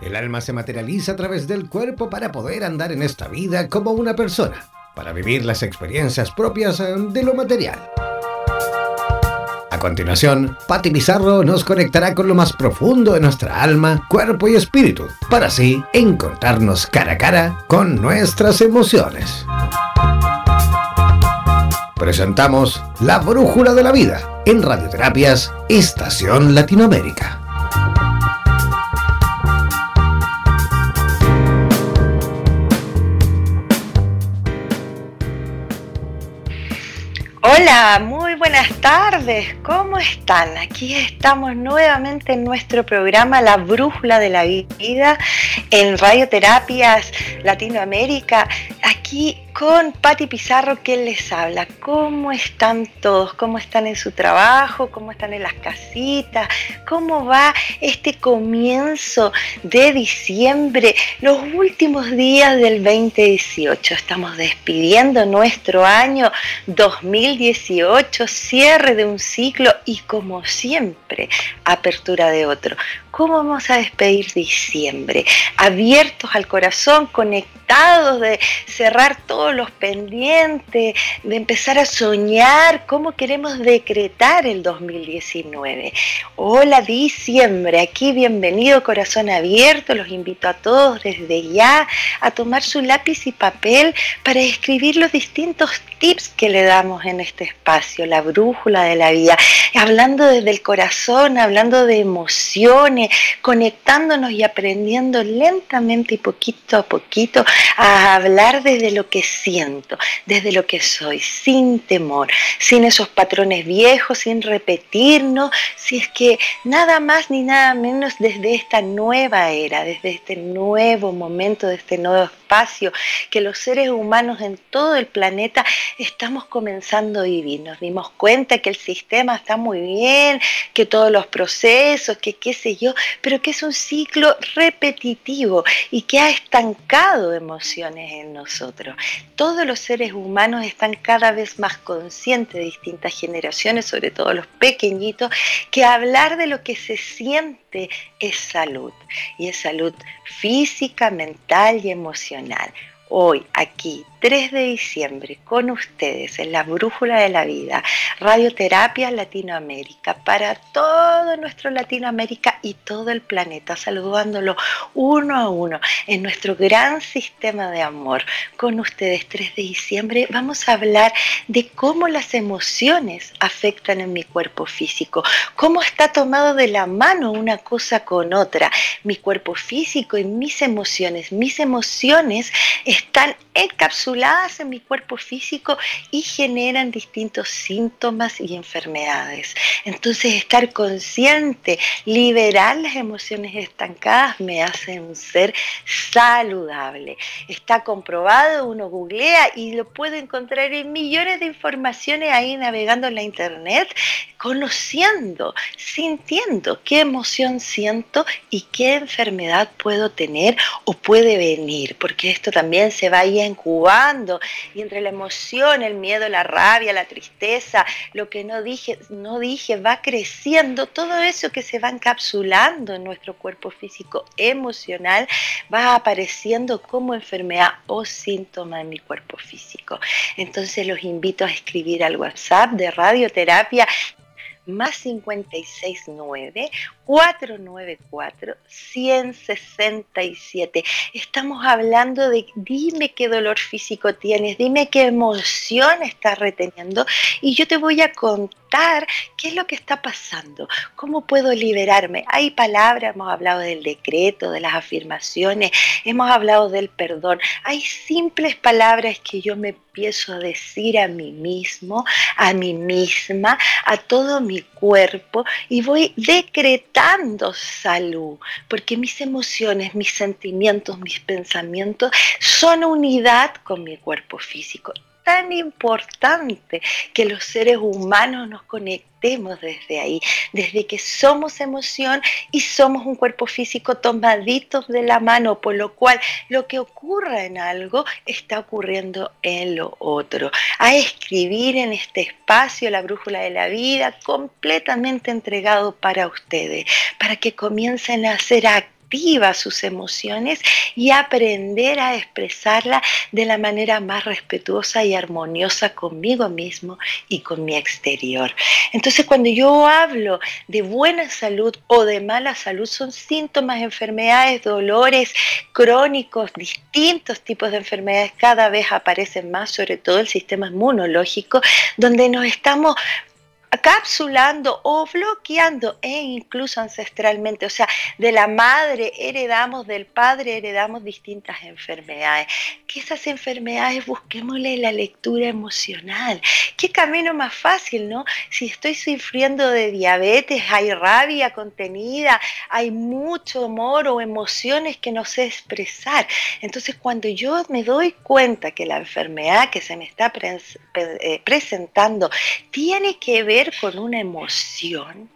El alma se materializa a través del cuerpo para poder andar en esta vida como una persona, para vivir las experiencias propias de lo material. A continuación, Patti Pizarro nos conectará con lo más profundo de nuestra alma, cuerpo y espíritu, para así encontrarnos cara a cara con nuestras emociones. Presentamos La Brújula de la Vida en Radioterapias Estación Latinoamérica. Hola, muy buenas tardes, ¿cómo están? Aquí estamos nuevamente en nuestro programa La Brújula de la Vida en Radioterapias Latinoamérica, aquí con Patti Pizarro, que les habla. ¿Cómo están todos? ¿Cómo están en su trabajo? ¿Cómo están en las casitas? ¿Cómo va este comienzo de diciembre? Los últimos días del 2018. Estamos despidiendo nuestro año 2018, cierre de un ciclo y, como siempre, apertura de otro. ¿Cómo vamos a despedir diciembre? Abiertos al corazón, conectados, de cerrar todos los pendientes, de empezar a soñar cómo queremos decretar el 2019. Hola diciembre, aquí bienvenido, corazón abierto. Los invito a todos desde ya a tomar su lápiz y papel para escribir los distintos tips que le damos en este espacio, la brújula de la vida, hablando desde el corazón, hablando de emociones, conectándonos y aprendiendo lentamente y poquito a poquito a hablar desde lo que siento, desde lo que soy, sin temor, sin esos patrones viejos, sin repetirnos, si es que nada más ni nada menos desde esta nueva era, desde este nuevo momento, de este nuevo espacio que los seres humanos en todo el planeta estamos comenzando a vivir. Nos dimos cuenta que el sistema está muy bien, que todos los procesos, que qué sé yo, pero que es un ciclo repetitivo y que ha estancado emociones en nosotros. Todos los seres humanos están cada vez más conscientes de distintas generaciones, sobre todo los pequeñitos, que hablar de lo que se siente es salud, y es salud física, mental y emocional. Hoy, aquí, 3 de diciembre, con ustedes en La Brújula de la Vida, Radioterapias Latinoamérica, para todo nuestro Latinoamérica y todo el planeta, saludándolo uno a uno en nuestro gran sistema de amor. Con ustedes, 3 de diciembre, vamos a hablar de cómo las emociones afectan en mi cuerpo físico, cómo está tomado de la mano una cosa con otra, mi cuerpo físico y mis emociones. Mis emociones están encapsuladas en mi cuerpo físico y generan distintos síntomas y enfermedades. Entonces, estar consciente, liberar las emociones estancadas me hace un ser saludable. Está comprobado, uno googlea y lo puede encontrar en millones de informaciones ahí navegando en la internet, conociendo, sintiendo qué emoción siento y qué enfermedad puedo tener o puede venir, porque esto también se va ahí incubando, y entre la emoción, el miedo, la rabia, la tristeza, lo que no dije, va creciendo. Todo eso que se va encapsulando en nuestro cuerpo físico emocional va apareciendo como enfermedad o síntoma en mi cuerpo físico. Entonces los invito a escribir al WhatsApp de Radioterapia más 569-494-167. Estamos hablando de dime qué dolor físico tienes, dime qué emoción estás reteniendo y yo te voy a contar qué es lo que está pasando, cómo puedo liberarme. Hay palabras, hemos hablado del decreto, de las afirmaciones, hemos hablado del perdón. Hay simples palabras que yo me empiezo a decir a mí mismo, a mí misma, a todo mi cuerpo, y voy decretando salud, porque mis emociones, mis sentimientos, mis pensamientos son unidad con mi cuerpo físico. Tan importante que los seres humanos nos conectemos desde ahí, desde que somos emoción y somos un cuerpo físico tomaditos de la mano, por lo cual lo que ocurra en algo está ocurriendo en lo otro. A escribir en este espacio La Brújula de la Vida, completamente entregado para ustedes, para que comiencen a hacer actividades positiva sus emociones y aprender a expresarla de la manera más respetuosa y armoniosa conmigo mismo y con mi exterior. Entonces, cuando yo hablo de buena salud o de mala salud, son síntomas, enfermedades, dolores crónicos, distintos tipos de enfermedades cada vez aparecen más, sobre todo el sistema inmunológico, donde nos estamos capsulando o bloqueando e incluso ancestralmente, o sea, de la madre heredamos, del padre heredamos distintas enfermedades. Que esas enfermedades busquémosle la lectura emocional. ¿Qué camino más fácil, no? Si estoy sufriendo de diabetes, hay rabia contenida, hay mucho amor o emociones que no sé expresar. Entonces, cuando yo me doy cuenta que la enfermedad que se me está presentando tiene que ver con una emoción,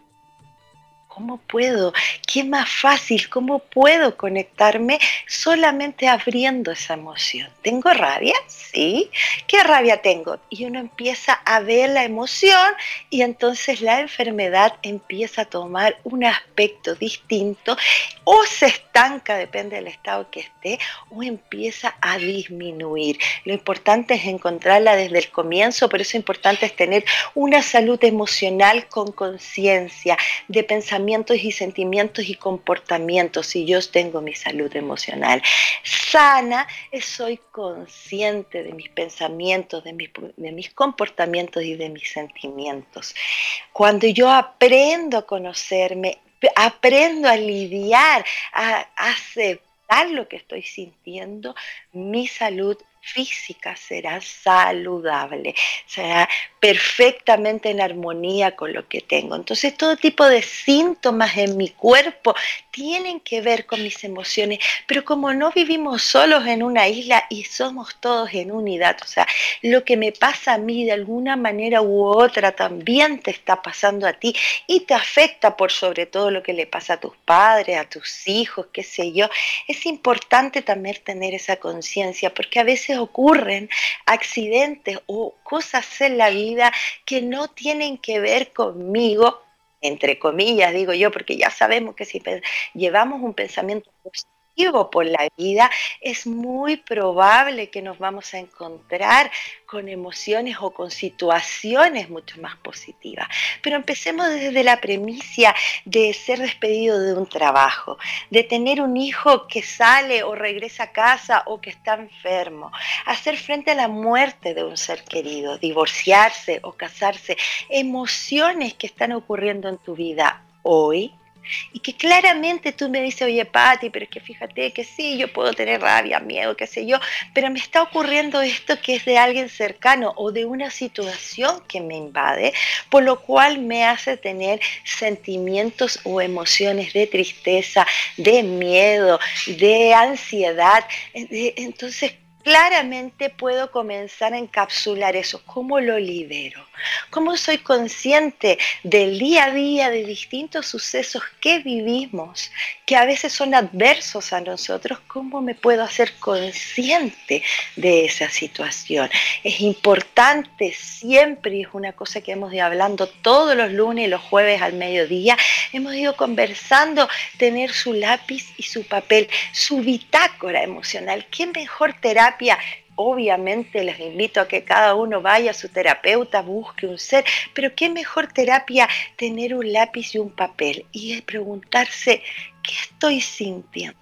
¿cómo puedo? ¿Qué más fácil? ¿Cómo puedo conectarme solamente abriendo esa emoción? ¿Tengo rabia? Sí. ¿Qué rabia tengo? Y uno empieza a ver la emoción y entonces la enfermedad empieza a tomar un aspecto distinto o se estanca, depende del estado que esté, o empieza a disminuir. Lo importante es encontrarla desde el comienzo, por eso importante es tener una salud emocional con conciencia de pensamientos y sentimientos y comportamientos. Si yo tengo mi salud emocional sana, soy consciente de mis pensamientos, de mis comportamientos y de mis sentimientos. Cuando yo aprendo a conocerme, aprendo a lidiar, a aceptar lo que estoy sintiendo, mi salud física será saludable, será perfectamente en armonía con lo que tengo. Entonces, todo tipo de síntomas en mi cuerpo tienen que ver con mis emociones, pero como no vivimos solos en una isla y somos todos en unidad, o sea, lo que me pasa a mí de alguna manera u otra también te está pasando a ti y te afecta por sobre todo lo que le pasa a tus padres, a tus hijos, qué sé yo. Es importante también tener esa conciencia porque a veces ocurren accidentes o cosas en la vida que no tienen que ver conmigo, entre comillas digo yo, porque ya sabemos que si llevamos un pensamiento positivo por la vida, es muy probable que nos vamos a encontrar con emociones o con situaciones mucho más positivas. Pero empecemos desde la premisa de ser despedido de un trabajo, de tener un hijo que sale o regresa a casa o que está enfermo, hacer frente a la muerte de un ser querido, divorciarse o casarse, emociones que están ocurriendo en tu vida hoy y que claramente tú me dices, oye Pati, pero es que fíjate que sí, yo puedo tener rabia, miedo, qué sé yo, pero me está ocurriendo esto que es de alguien cercano o de una situación que me invade, por lo cual me hace tener sentimientos o emociones de tristeza, de miedo, de ansiedad. Entonces, claramente puedo comenzar a encapsular eso. ¿Cómo lo libero? ¿Cómo soy consciente del día a día de distintos sucesos que vivimos, que a veces son adversos a nosotros? ¿Cómo me puedo hacer consciente de esa situación? Es importante siempre, y es una cosa que hemos ido hablando todos los lunes y los jueves al mediodía, hemos ido conversando, tener su lápiz y su papel, su bitácora emocional. ¿Qué mejor terapia? Obviamente les invito a que cada uno vaya a su terapeuta, busque un ser, pero qué mejor terapia tener un lápiz y un papel y preguntarse, ¿qué estoy sintiendo?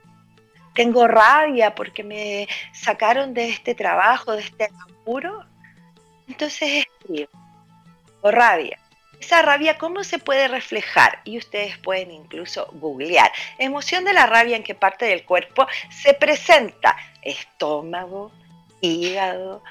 ¿Tengo rabia porque me sacaron de este trabajo, de este apuro? Entonces escribo, o rabia. Esa rabia, ¿cómo se puede reflejar? Y ustedes pueden incluso googlear. Emoción de la rabia, ¿en qué parte del cuerpo se presenta? Estómago, hígado,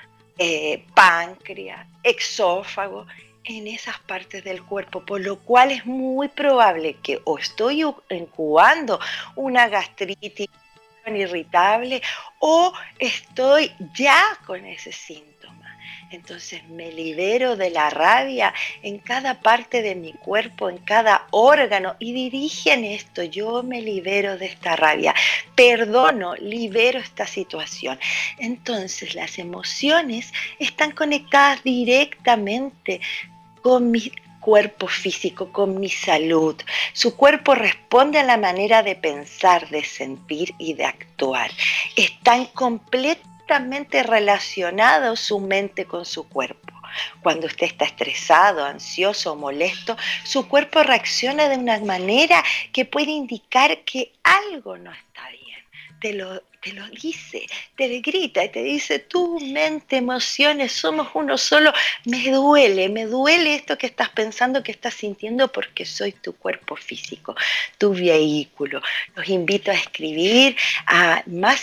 páncreas, exófago, en esas partes del cuerpo, por lo cual es muy probable que o estoy incubando una gastritis irritable o estoy ya con ese síntoma. Entonces me libero de la rabia en cada parte de mi cuerpo, en cada órgano y dirigen esto, yo me libero de esta rabia, perdono, libero esta situación. Entonces las emociones están conectadas directamente con cuerpo físico, con mi salud. Su cuerpo responde a la manera de pensar, de sentir y de actuar. Están completamente relacionados su mente con su cuerpo. Cuando usted está estresado, ansioso o molesto, su cuerpo reacciona de una manera que puede indicar que algo no está bien. Te lo dice, te grita y te dice: tu mente, emociones, somos uno solo. Me duele esto que estás pensando, que estás sintiendo, porque soy tu cuerpo físico, tu vehículo. Los invito a escribir a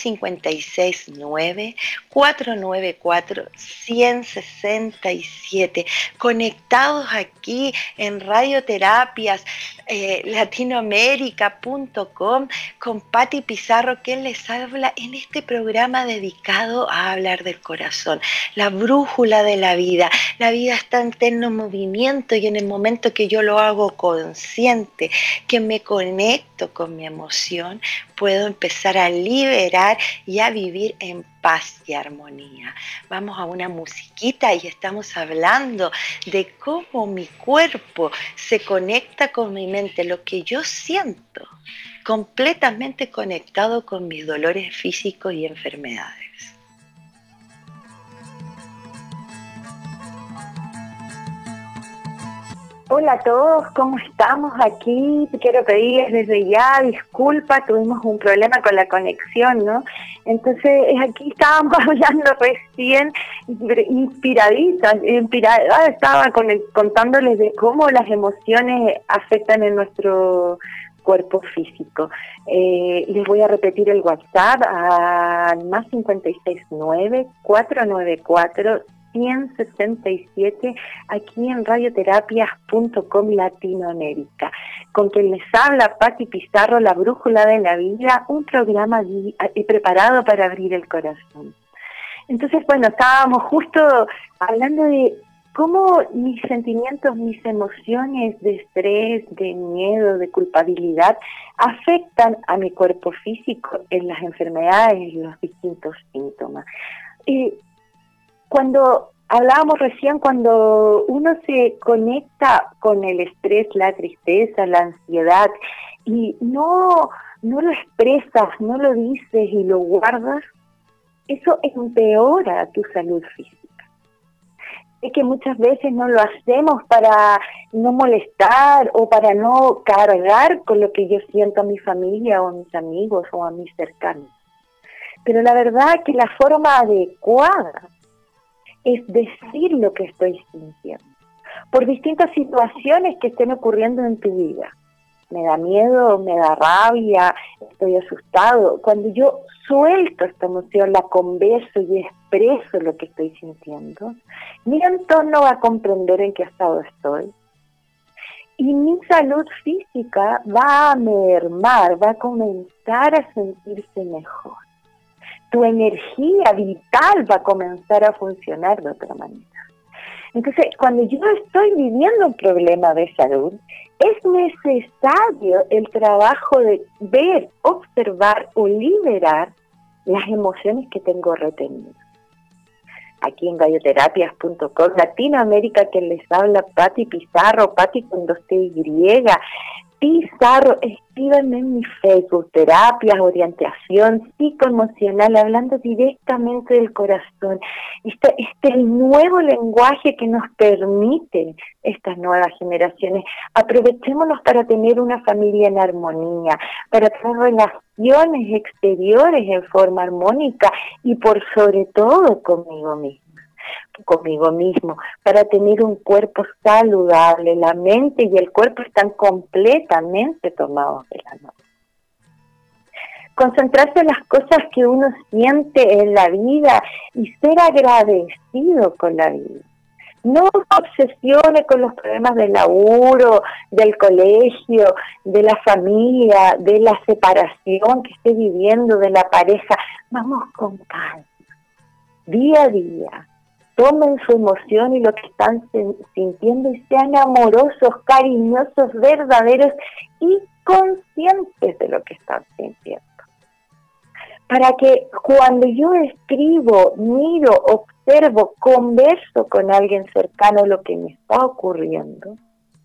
+569 494 167, conectados aquí en Radioterapias Latinoamérica.com con Patti Pizarro, que les habla en este programa dedicado a hablar del corazón, la brújula de la vida. La vida está en eterno movimiento, y en el momento que yo lo hago consciente, que me conecto con mi emoción, puedo empezar a liberar y a vivir en paz y armonía. Vamos a una musiquita y estamos hablando de cómo mi cuerpo se conecta con mi mente, lo que yo siento, completamente conectado con mis dolores físicos y enfermedades. Hola a todos, ¿cómo estamos aquí? Quiero pedirles desde ya disculpas, tuvimos un problema con la conexión, ¿no? Entonces aquí estábamos hablando recién, inspirada, estaba contándoles de cómo las emociones afectan en nuestro cuerpo físico. Les voy a repetir el WhatsApp al +569 494 167, aquí en radioterapias.com Latinoamérica, con quien les habla Patti Pizarro, la brújula de la vida, un programa preparado para abrir el corazón. Entonces, bueno, estábamos justo hablando de cómo mis sentimientos, mis emociones de estrés, de miedo, de culpabilidad, afectan a mi cuerpo físico en las enfermedades, en los distintos síntomas. Cuando hablábamos recién, cuando uno se conecta con el estrés, la tristeza, la ansiedad, y no lo expresas, no lo dices y lo guardas, eso empeora tu salud física. Es que muchas veces no lo hacemos para no molestar o para no cargar con lo que yo siento a mi familia o a mis amigos o a mis cercanos. Pero la verdad es que la forma adecuada es decir lo que estoy sintiendo, por distintas situaciones que estén ocurriendo en tu vida. Me da miedo, me da rabia, estoy asustado. Cuando yo suelto esta emoción, la converso y expreso lo que estoy sintiendo, mi entorno va a comprender en qué estado estoy. Y mi salud física va a mermar, va a comenzar a sentirse mejor. Tu energía vital va a comenzar a funcionar de otra manera. Entonces, cuando yo estoy viviendo un problema de salud, es necesario el trabajo de ver, observar o liberar las emociones que tengo retenidas. Aquí en radioterapias.com Latinoamérica, que les habla Patti Pizarro, Patti con 2T Y, Pizarro, escríbanme en mi Facebook, terapias, orientación psicoemocional, hablando directamente del corazón. Este es el nuevo lenguaje que nos permite estas nuevas generaciones. Aprovechémonos para tener una familia en armonía, para tener relaciones exteriores en forma armónica y por sobre todo conmigo mismo, para tener un cuerpo saludable. La mente y el cuerpo están completamente tomados de la mano. Concentrarse en las cosas que uno siente en la vida y ser agradecido con la vida. No obsesione con los problemas del laburo, del colegio, de la familia, de la separación que esté viviendo, de la pareja. Vamos con calma, día a día. Tomen su emoción y lo que están sintiendo y sean amorosos, cariñosos, verdaderos y conscientes de lo que están sintiendo. Para que cuando yo escribo, miro, observo, converso con alguien cercano lo que me está ocurriendo,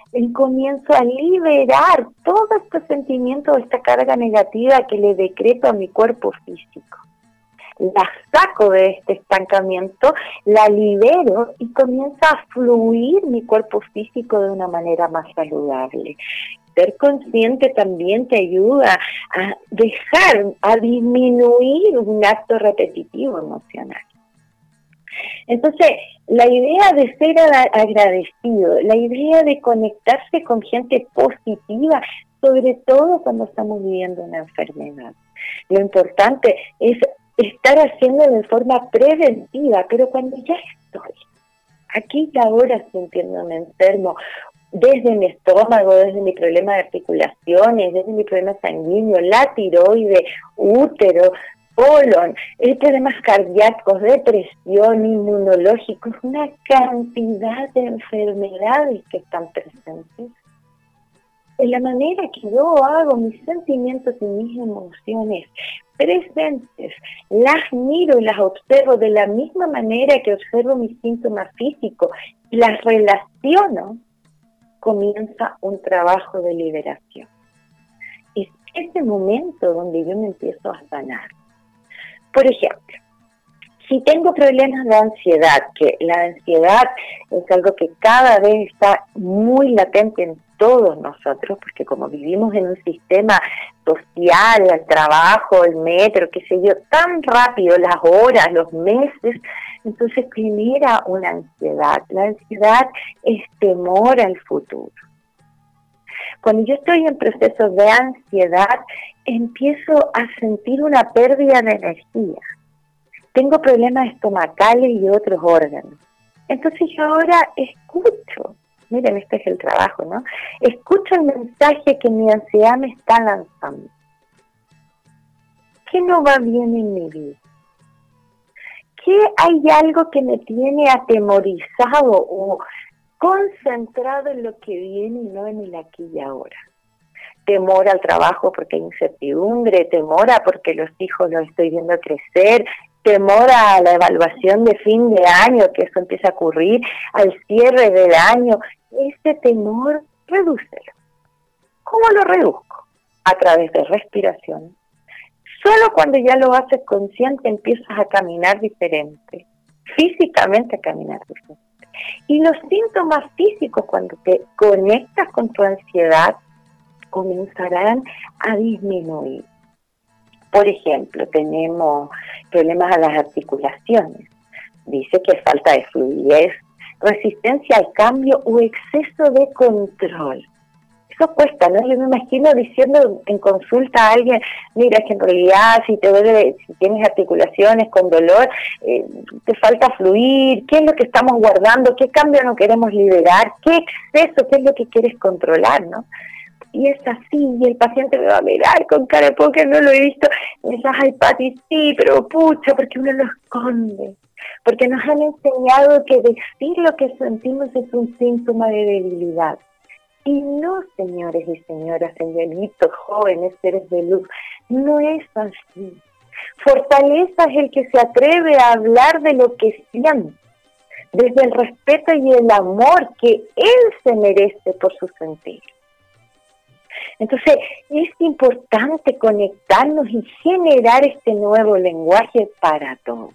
y comienzo a liberar todos estos sentimientos, esta carga negativa que le decreto a mi cuerpo físico. La saco de este estancamiento, la libero y comienza a fluir mi cuerpo físico de una manera más saludable. Ser consciente también te ayuda a dejar, a disminuir un acto repetitivo emocional. Entonces, la idea de ser agradecido, la idea de conectarse con gente positiva, sobre todo cuando estamos viviendo una enfermedad. Lo importante es estar haciendo de forma preventiva, pero cuando ya estoy aquí y ahora sintiéndome enfermo, desde mi estómago, desde mi problema de articulaciones, desde mi problema sanguíneo, la tiroides, útero, colon, problemas cardíacos, depresión, inmunológicos, una cantidad de enfermedades que están presentes. En la manera que yo hago mis sentimientos y mis emociones presentes, las miro y las observo de la misma manera que observo mis síntomas físicos y las relaciono, comienza un trabajo de liberación. Es ese momento donde yo me empiezo a sanar. Por ejemplo, si tengo problemas de ansiedad, que la ansiedad es algo que cada vez está muy latente en todos nosotros, porque como vivimos en un sistema social, el trabajo, el metro, qué sé yo, tan rápido, las horas, los meses, entonces genera una ansiedad. La ansiedad es temor al futuro. Cuando yo estoy en procesos de ansiedad, empiezo a sentir una pérdida de energía. Tengo problemas estomacales y otros órganos. Entonces yo ahora escucho, miren, este es el trabajo, ¿no? Escucho el mensaje que mi ansiedad me está lanzando. ¿Qué no va bien en mi vida? ¿Qué hay algo que me tiene atemorizado o concentrado en lo que viene y no en el aquí y ahora? Temor al trabajo porque hay incertidumbre, temor a porque los hijos los estoy viendo crecer, temor a la evaluación de fin de año, que eso empieza a ocurrir, al cierre del año. Ese temor, redúcelo. ¿Cómo lo reduzco? A través de respiración. Solo cuando ya lo haces consciente empiezas a caminar diferente, físicamente a caminar diferente. Y los síntomas físicos, cuando te conectas con tu ansiedad, comenzarán a disminuir. Por ejemplo, tenemos problemas a las articulaciones. Dice que falta de fluidez, resistencia al cambio o exceso de control. Eso cuesta, ¿no? Yo me imagino diciendo en consulta a alguien, mira, es que en realidad si tienes articulaciones con dolor, te falta fluir, ¿qué es lo que estamos guardando? ¿Qué cambio no queremos liberar? ¿Qué exceso? ¿Qué es lo que quieres controlar, no? Y es así, y el paciente me va a mirar con cara de póker, no lo he visto, y me dice, ay, Pati, sí, pero pucha, porque uno lo esconde, porque nos han enseñado que decir lo que sentimos es un síntoma de debilidad. Y no, señores y señoras, señoritos, jóvenes, seres de luz, no es así. Fortaleza es el que se atreve a hablar de lo que siente, desde el respeto y el amor que él se merece por su sentir. Entonces, es importante conectarnos y generar este nuevo lenguaje para todos.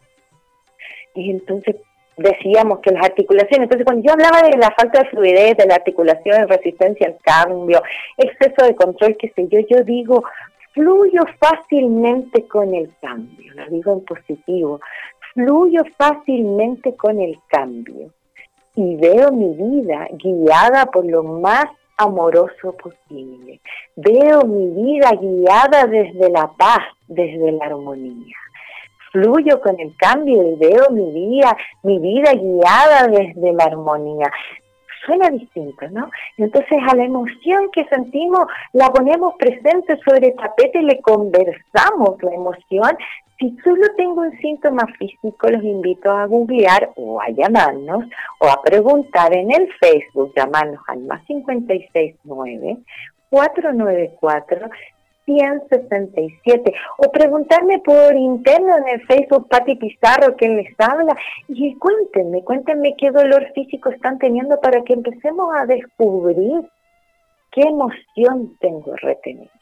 Y entonces decíamos que las articulaciones, entonces cuando yo hablaba de la falta de fluidez, de la articulación, resistencia al cambio, exceso de control, qué sé yo digo, fluyo fácilmente con el cambio, lo digo en positivo, fluyo fácilmente con el cambio y veo mi vida guiada por lo más amoroso posible. Veo mi vida guiada desde la paz, desde la armonía. Fluyo con el cambio y veo mi vida guiada desde la armonía. Suena distinto, ¿no? Entonces a la emoción que sentimos la ponemos presente sobre el tapete y le conversamos la emoción. Si solo tengo un síntoma físico, los invito a googlear o a llamarnos o a preguntar en el Facebook, llamarnos al +569 494 167, o preguntarme por interno en el Facebook Pati Pizarro, quien les habla, y cuéntenme qué dolor físico están teniendo para que empecemos a descubrir qué emoción tengo retenida.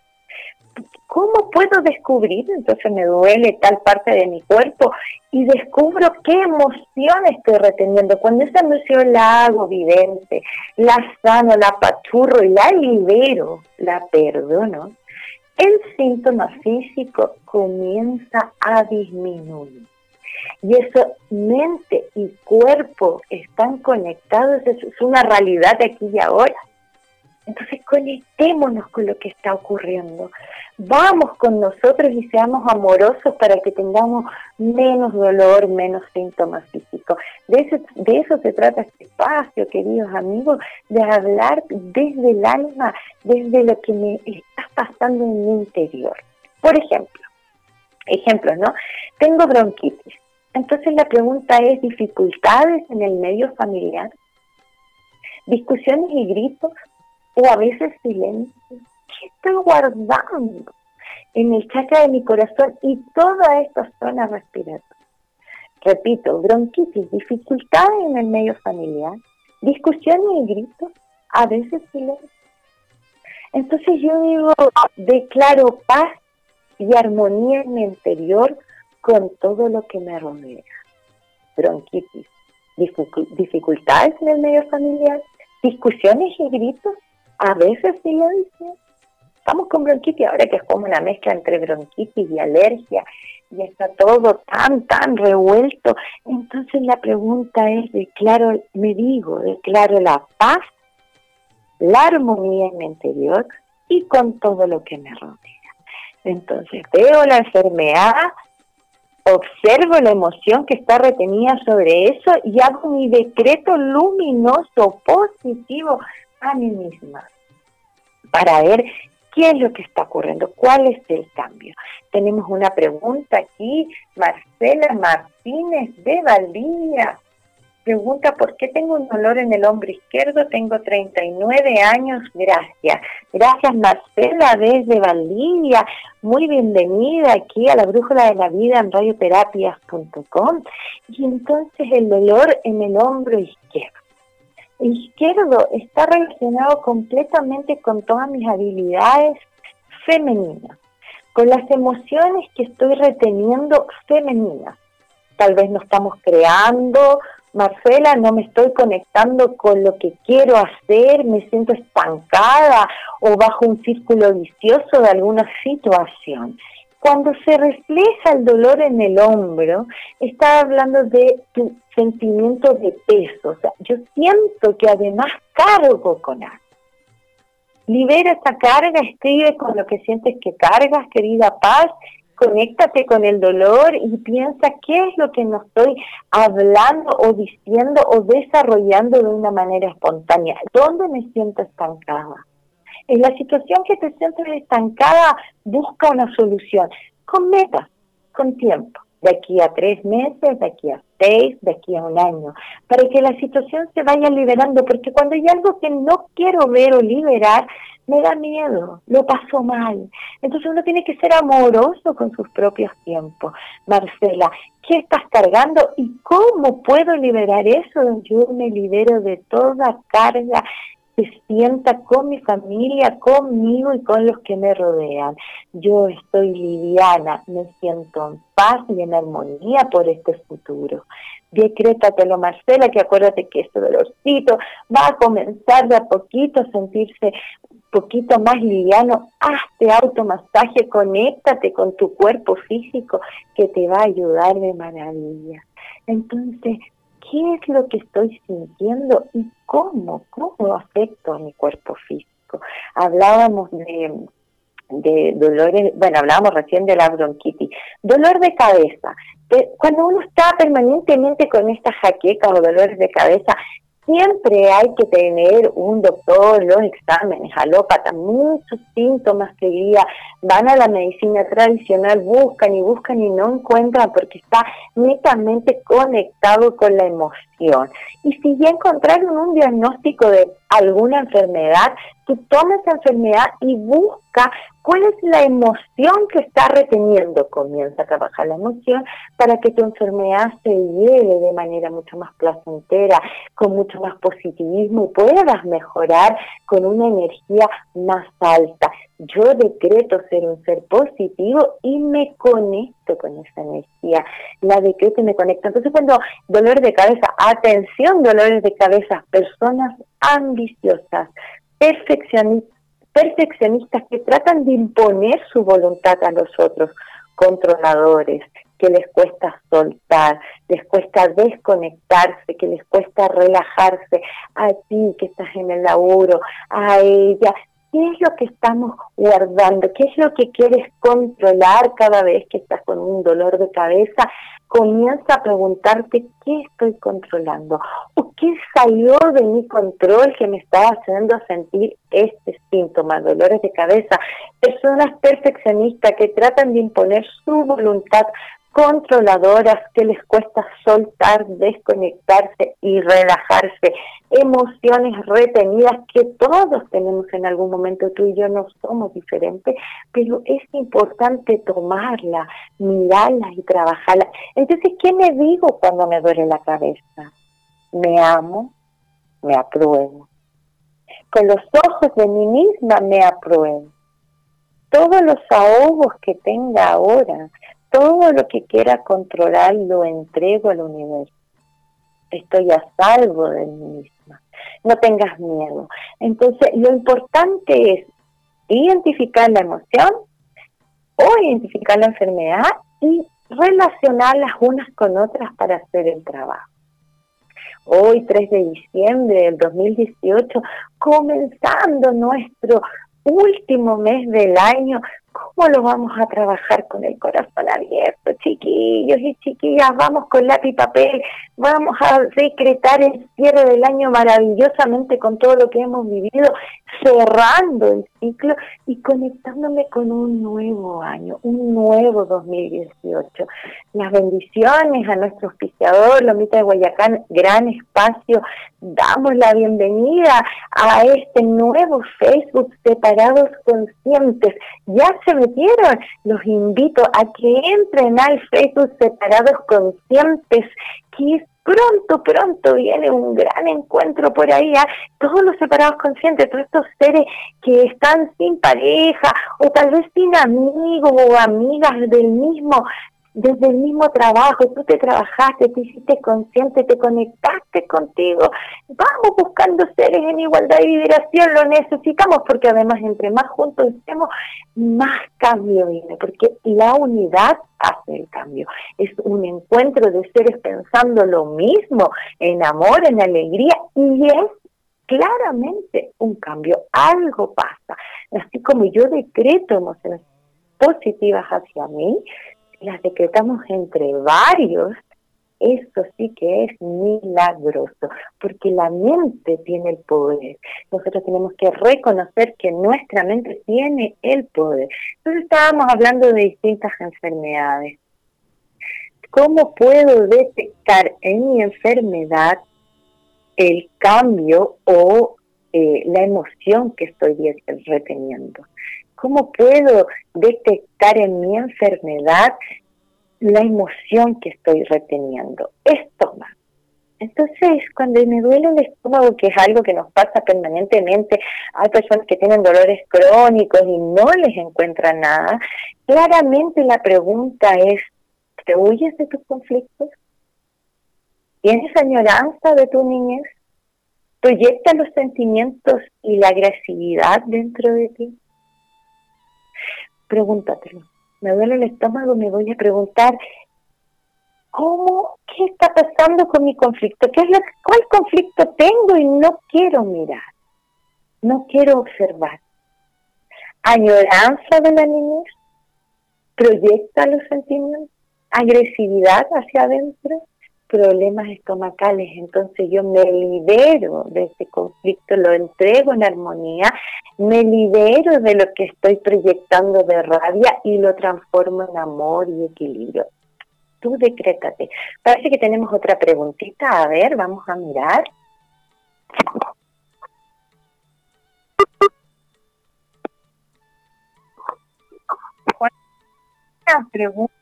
¿Cómo puedo descubrir? Entonces me duele tal parte de mi cuerpo y descubro qué emoción estoy reteniendo. Cuando esa emoción la hago vidente, la sano, la apachurro y la libero, la perdono, el síntoma físico comienza a disminuir. Y eso, mente y cuerpo están conectados, es una realidad de aquí y ahora. Entonces conectémonos con lo que está ocurriendo. Vamos con nosotros y seamos amorosos para que tengamos menos dolor, menos síntomas físicos. De eso se trata este espacio, queridos amigos, de hablar desde el alma, desde lo que me está pasando en mi interior. Por ejemplo, ¿no? Tengo bronquitis. Entonces la pregunta es, ¿dificultades en el medio familiar? ¿Discusiones y gritos? O a veces silencio. ¿Qué estoy guardando en el chakra de mi corazón y toda esta zona respiratoria? Repito, bronquitis, dificultades en el medio familiar, discusiones y gritos, a veces silencio. Entonces yo digo, declaro paz y armonía en mi interior con todo lo que me rodea. Bronquitis, dificultades en el medio familiar, discusiones y gritos, a veces silencio. Estamos con bronquitis ahora, que es como una mezcla entre bronquitis y alergia, y está todo tan revuelto. Entonces la pregunta es, declaro la paz, la armonía en mi interior y con todo lo que me rodea. Entonces veo la enfermedad, observo la emoción que está retenida sobre eso y hago mi decreto luminoso, positivo a mí misma, para ver qué es lo que está ocurriendo, cuál es el cambio. Tenemos una pregunta aquí, Marcela Martínez de Valdivia. Pregunta, ¿por qué tengo un dolor en el hombro izquierdo? Tengo 39 años, gracias. Gracias, Marcela, desde Valdivia. Muy bienvenida aquí a la Brújula de la Vida en radioterapias.com. Y entonces el dolor en el hombro izquierdo. El izquierdo está relacionado completamente con todas mis habilidades femeninas, con las emociones que estoy reteniendo femeninas. Tal vez no estamos creando, Marcela, no me estoy conectando con lo que quiero hacer, me siento estancada o bajo un círculo vicioso de alguna situación. Cuando se refleja el dolor en el hombro, está hablando de tu sentimiento de peso. O sea, yo siento que además cargo con algo. Libera esa carga, escribe con lo que sientes que cargas, querida Paz. Conéctate con el dolor y piensa qué es lo que no estoy hablando o diciendo o desarrollando de una manera espontánea. ¿Dónde me siento estancada? En la situación que te sientes estancada, busca una solución, con metas, con tiempo, de aquí a 3 meses, de aquí a 6, de aquí a 1 año, para que la situación se vaya liberando, porque cuando hay algo que no quiero ver o liberar, me da miedo, lo paso mal. Entonces uno tiene que ser amoroso con sus propios tiempos. Marcela, ¿qué estás cargando y cómo puedo liberar eso? Yo me libero de toda carga que sienta con mi familia, conmigo y con los que me rodean. Yo estoy liviana, me siento en paz y en armonía por este futuro. Decrétatelo, Marcela, que acuérdate que este dolorcito va a comenzar de a poquito a sentirse un poquito más liviano. Hazte automasaje, conéctate con tu cuerpo físico que te va a ayudar de maravilla. Entonces, ¿qué es lo que estoy sintiendo y cómo afecto a mi cuerpo físico? Hablábamos de dolores, bueno, hablábamos recién de la bronquitis. Dolor de cabeza. Cuando uno está permanentemente con estas jaquecas o dolores de cabeza, siempre hay que tener un doctor, los exámenes, alópata, muchos síntomas que día van a la medicina tradicional, buscan y no encuentran porque está netamente conectado con la emoción. Y si ya encontraron un diagnóstico de alguna enfermedad, tú tomas esa enfermedad y busca ¿Cuál es la emoción que está reteniendo? Comienza a trabajar la emoción para que tu enfermedad se lleve de manera mucho más placentera, con mucho más positivismo y puedas mejorar con una energía más alta. Yo decreto ser un ser positivo y me conecto con esa energía. La decreto y me conecto. Entonces cuando dolor de cabeza, atención, dolores de cabeza, personas ambiciosas, perfeccionistas que tratan de imponer su voluntad a los otros, controladores, que les cuesta soltar, les cuesta desconectarse, que les cuesta relajarse, a ti que estás en el laburo, a ella. ¿Qué es lo que estamos guardando? ¿Qué es lo que quieres controlar cada vez que estás con un dolor de cabeza? Comienza a preguntarte qué estoy controlando o qué salió de mi control que me está haciendo sentir este síntoma, dolores de cabeza. Personas perfeccionistas que tratan de imponer su voluntad, controladoras que les cuesta soltar, desconectarse y relajarse, emociones retenidas que todos tenemos en algún momento, tú y yo no somos diferentes, pero es importante tomarla, mirarla y trabajarla. Entonces, ¿qué me digo cuando me duele la cabeza? Me amo, me apruebo. Con los ojos de mí misma me apruebo. Todos los ahogos que tenga ahora, todo lo que quiera controlar lo entrego al universo. Estoy a salvo de mí misma. No tengas miedo. Entonces, lo importante es identificar la emoción o identificar la enfermedad y relacionarlas unas con otras para hacer el trabajo. Hoy, 3 de diciembre del 2018, comenzando nuestro último mes del año, ¿cómo lo vamos a trabajar con el corazón abierto, chiquillos y chiquillas? Vamos con lápiz y papel, vamos a decretar el cierre del año maravillosamente con todo lo que hemos vivido, cerrando el ciclo y conectándome con un nuevo año, un nuevo 2018. Las bendiciones a nuestro auspiciador, Lomita de Guayacán, gran espacio. Damos la bienvenida a este nuevo Facebook, Separados Conscientes. ¿Ya se metieron? Los invito a que entren al Facebook Separados Conscientes, que pronto viene un gran encuentro por ahí, ¿eh? Todos los separados conscientes, todos estos seres que están sin pareja o tal vez sin amigos o amigas desde el mismo trabajo, tú te trabajaste, te hiciste consciente, te conectaste contigo. Vamos buscando seres en igualdad y vibración, lo necesitamos porque además entre más juntos estemos, más cambio viene, porque la unidad hace el cambio. Es un encuentro de seres pensando lo mismo, en amor, en alegría, y es claramente un cambio, algo pasa. Así como yo decreto emociones positivas hacia mí, las decretamos entre varios, eso sí que es milagroso, porque la mente tiene el poder. Nosotros tenemos que reconocer que nuestra mente tiene el poder. Entonces estábamos hablando de distintas enfermedades. ¿Cómo puedo detectar en mi enfermedad el cambio o la emoción que estoy reteniendo? ¿Cómo puedo detectar en mi enfermedad la emoción que estoy reteniendo? Estómago. Entonces, cuando me duele el estómago, que es algo que nos pasa permanentemente, hay personas que tienen dolores crónicos y no les encuentran nada, claramente la pregunta es, ¿te huyes de tus conflictos? ¿Tienes añoranza de tu niñez? ¿Proyectas los sentimientos y la agresividad dentro de ti? Pregúntatelo. Me duele el estómago, me voy a preguntar, ¿qué está pasando con mi conflicto? ¿Cuál conflicto tengo y no quiero mirar? No quiero observar. ¿Añoranza de la niñez? ¿Proyecta los sentimientos? ¿Agresividad hacia adentro? Problemas estomacales, entonces yo me libero de ese conflicto, lo entrego en armonía, me libero de lo que estoy proyectando de rabia y lo transformo en amor y equilibrio. Tú decrétate. Parece que tenemos otra preguntita, a ver, vamos a mirar. pregunta,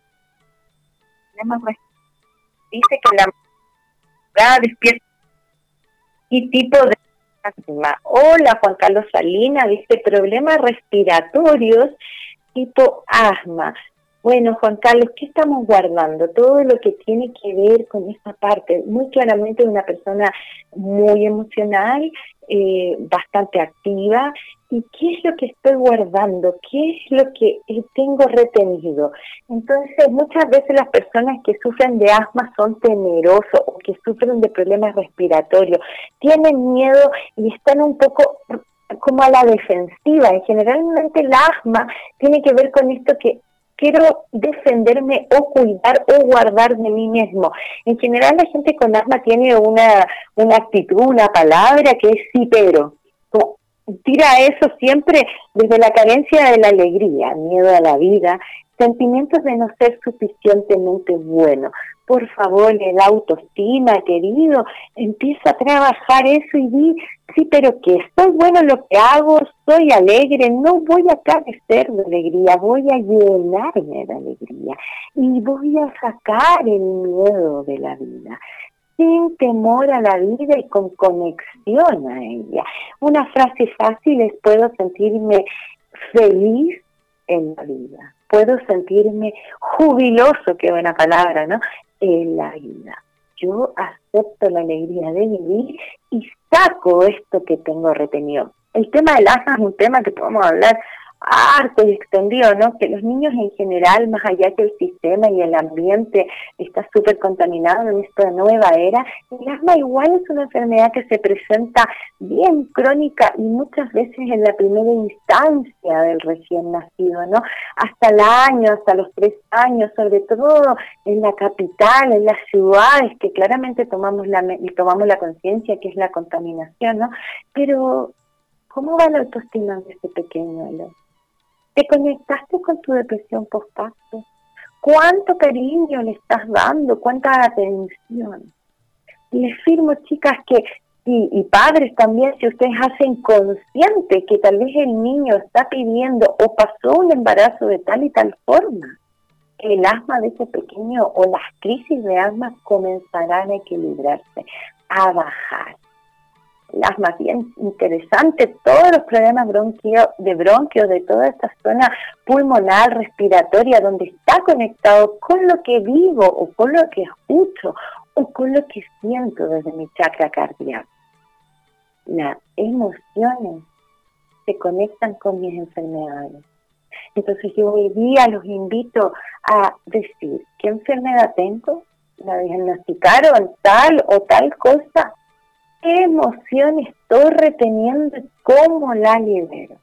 dice que la madrugada despierta y tipo de asma. Hola, Juan Carlos Salinas, dice problemas respiratorios tipo asma. Bueno, Juan Carlos, ¿qué estamos guardando? Todo lo que tiene que ver con esta parte. Muy claramente una persona muy emocional, bastante activa. ¿Y qué es lo que estoy guardando? ¿Qué es lo que tengo retenido? Entonces, muchas veces las personas que sufren de asma son temerosos o que sufren de problemas respiratorios. Tienen miedo y están un poco como a la defensiva. Y generalmente el asma tiene que ver con esto que quiero defenderme o cuidar o guardar de mí mismo. En general la gente con asma tiene una actitud, una palabra que es sí pero. Como tira eso siempre desde la carencia de la alegría, miedo a la vida, sentimientos de no ser suficientemente bueno. Por favor, el autoestima, querido, empieza a trabajar eso y di, sí, pero que soy bueno en lo que hago, soy alegre, no voy a carecer de alegría, voy a llenarme de alegría y voy a sacar el miedo de la vida, sin temor a la vida y con conexión a ella. Una frase fácil es: puedo sentirme feliz en la vida, puedo sentirme jubiloso, qué buena palabra, ¿no?, en la vida. Yo acepto la alegría de vivir y saco esto que tengo retenido. El tema del asma es un tema que podemos hablar harto y extendido, ¿no? Que los niños en general, más allá que el sistema y el ambiente está súper contaminado en esta nueva era, el asma igual es una enfermedad que se presenta bien crónica y muchas veces en la primera instancia del recién nacido, ¿no? Hasta el año, hasta los 3 años, sobre todo en la capital, en las ciudades, que claramente tomamos la conciencia que es la contaminación, ¿no? Pero ¿cómo va la autoestima de este pequeño, Elo? ¿Te conectaste con tu depresión postparto? ¿Cuánto cariño le estás dando? ¿Cuánta atención? Les firmo, chicas, que y padres también, si ustedes hacen consciente que tal vez el niño está pidiendo o pasó un embarazo de tal y tal forma, el asma de ese pequeño o las crisis de asma comenzarán a equilibrarse, a bajar. El asma es bien interesante, todos los problemas de bronquios, de toda esta zona pulmonar, respiratoria, donde está conectado con lo que vivo o con lo que escucho o con lo que siento desde mi chakra cardíaco. Las emociones se conectan con mis enfermedades. Entonces yo hoy día los invito a decir, ¿qué enfermedad tengo? ¿La diagnosticaron tal o tal cosa? ¿Qué emoción estoy reteniendo y cómo la libero?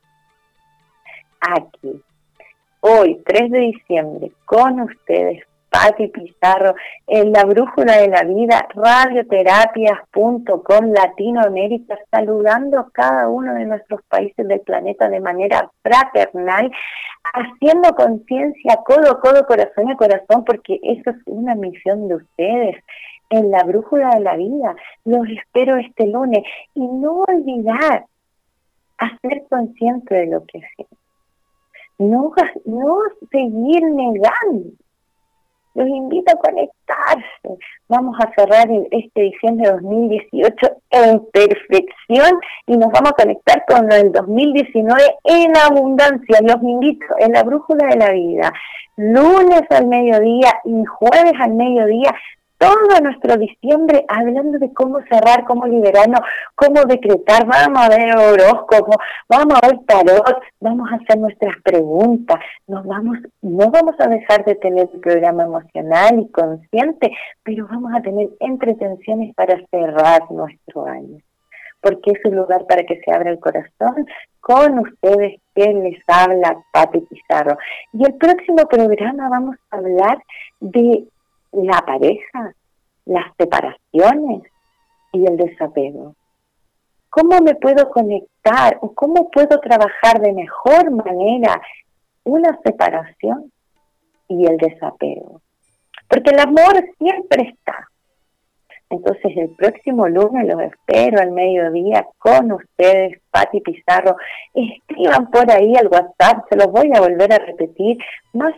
Aquí, hoy, 3 de diciembre, con ustedes, Pati Pizarro, en la Brújula de la Vida, radioterapias.com, Latinoamérica, saludando a cada uno de nuestros países del planeta de manera fraternal, haciendo conciencia codo a codo, corazón a corazón, porque eso es una misión de ustedes. En la Brújula de la Vida, los espero este lunes y no olvidar hacer consciente de lo que hacemos, no seguir negando. Los invito a conectarse. Vamos a cerrar este diciembre de 2018 en perfección y nos vamos a conectar con el 2019 en abundancia. Los invito en la Brújula de la Vida, lunes al mediodía y jueves al mediodía, todo nuestro diciembre hablando de cómo cerrar, cómo liberarnos, cómo decretar. Vamos a ver horóscopo, vamos a ver tarot, vamos a hacer nuestras preguntas, no vamos a dejar de tener un programa emocional y consciente, pero vamos a tener entretenciones para cerrar nuestro año, porque es un lugar para que se abra el corazón. Con ustedes, que les habla, Pati Pizarro. Y el próximo programa vamos a hablar de la pareja, las separaciones y el desapego. ¿Cómo me puedo conectar o cómo puedo trabajar de mejor manera una separación y el desapego? Porque el amor siempre está. Entonces el próximo lunes los espero al mediodía con ustedes, Pati Pizarro. Escriban por ahí al WhatsApp, se los voy a volver a repetir, más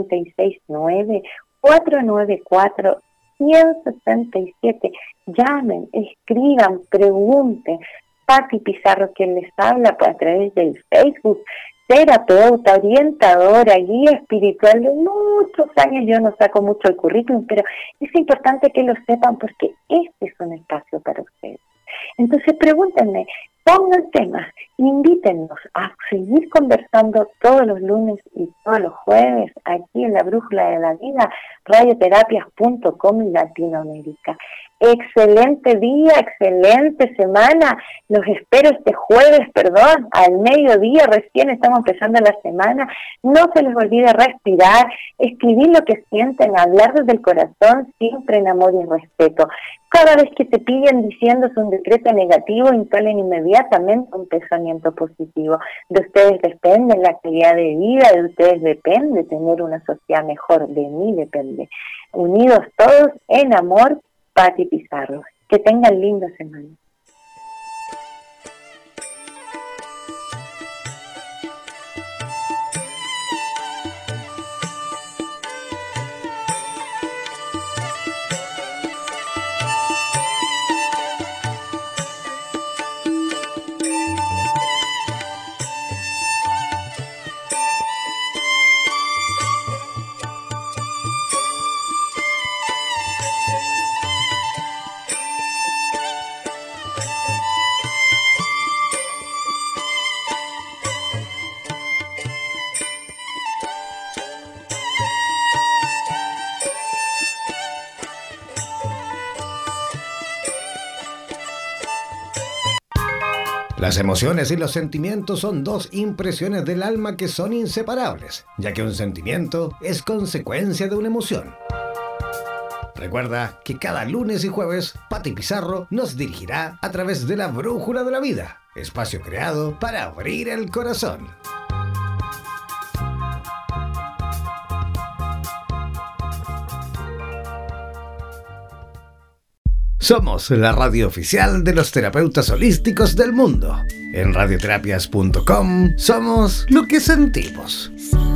569-494-167. Llamen, escriban, pregunten. Pati Pizarro, quien les habla a través del Facebook, terapeuta, orientadora, guía espiritual de muchos años. Yo no saco mucho el currículum, pero es importante que lo sepan porque este es un espacio para ustedes. Entonces pregúntenme, pongan temas, invítennos a seguir conversando todos los lunes y todos los jueves aquí en la Brújula de la Vida, radioterapias.com Latinoamérica. Excelente día, excelente semana. Los espero este jueves, al mediodía, recién estamos empezando la semana. No se les olvide respirar, escribir lo que sienten, hablar desde el corazón, siempre en amor y respeto. Cada vez que te pillen diciéndose un decreto negativo, instalen inmediatamente un pensamiento positivo. De ustedes depende la calidad de vida, de ustedes depende tener una sociedad mejor, de mí depende. Unidos todos en amor, Pati Pizarro. Que tengan linda semana. Las emociones y los sentimientos son dos impresiones del alma que son inseparables, ya que un sentimiento es consecuencia de una emoción. Recuerda que cada lunes y jueves, Pati Pizarro nos dirigirá a través de la Brújula de la Vida, espacio creado para abrir el corazón. Somos la radio oficial de los terapeutas holísticos del mundo. En radioterapias.com somos lo que sentimos.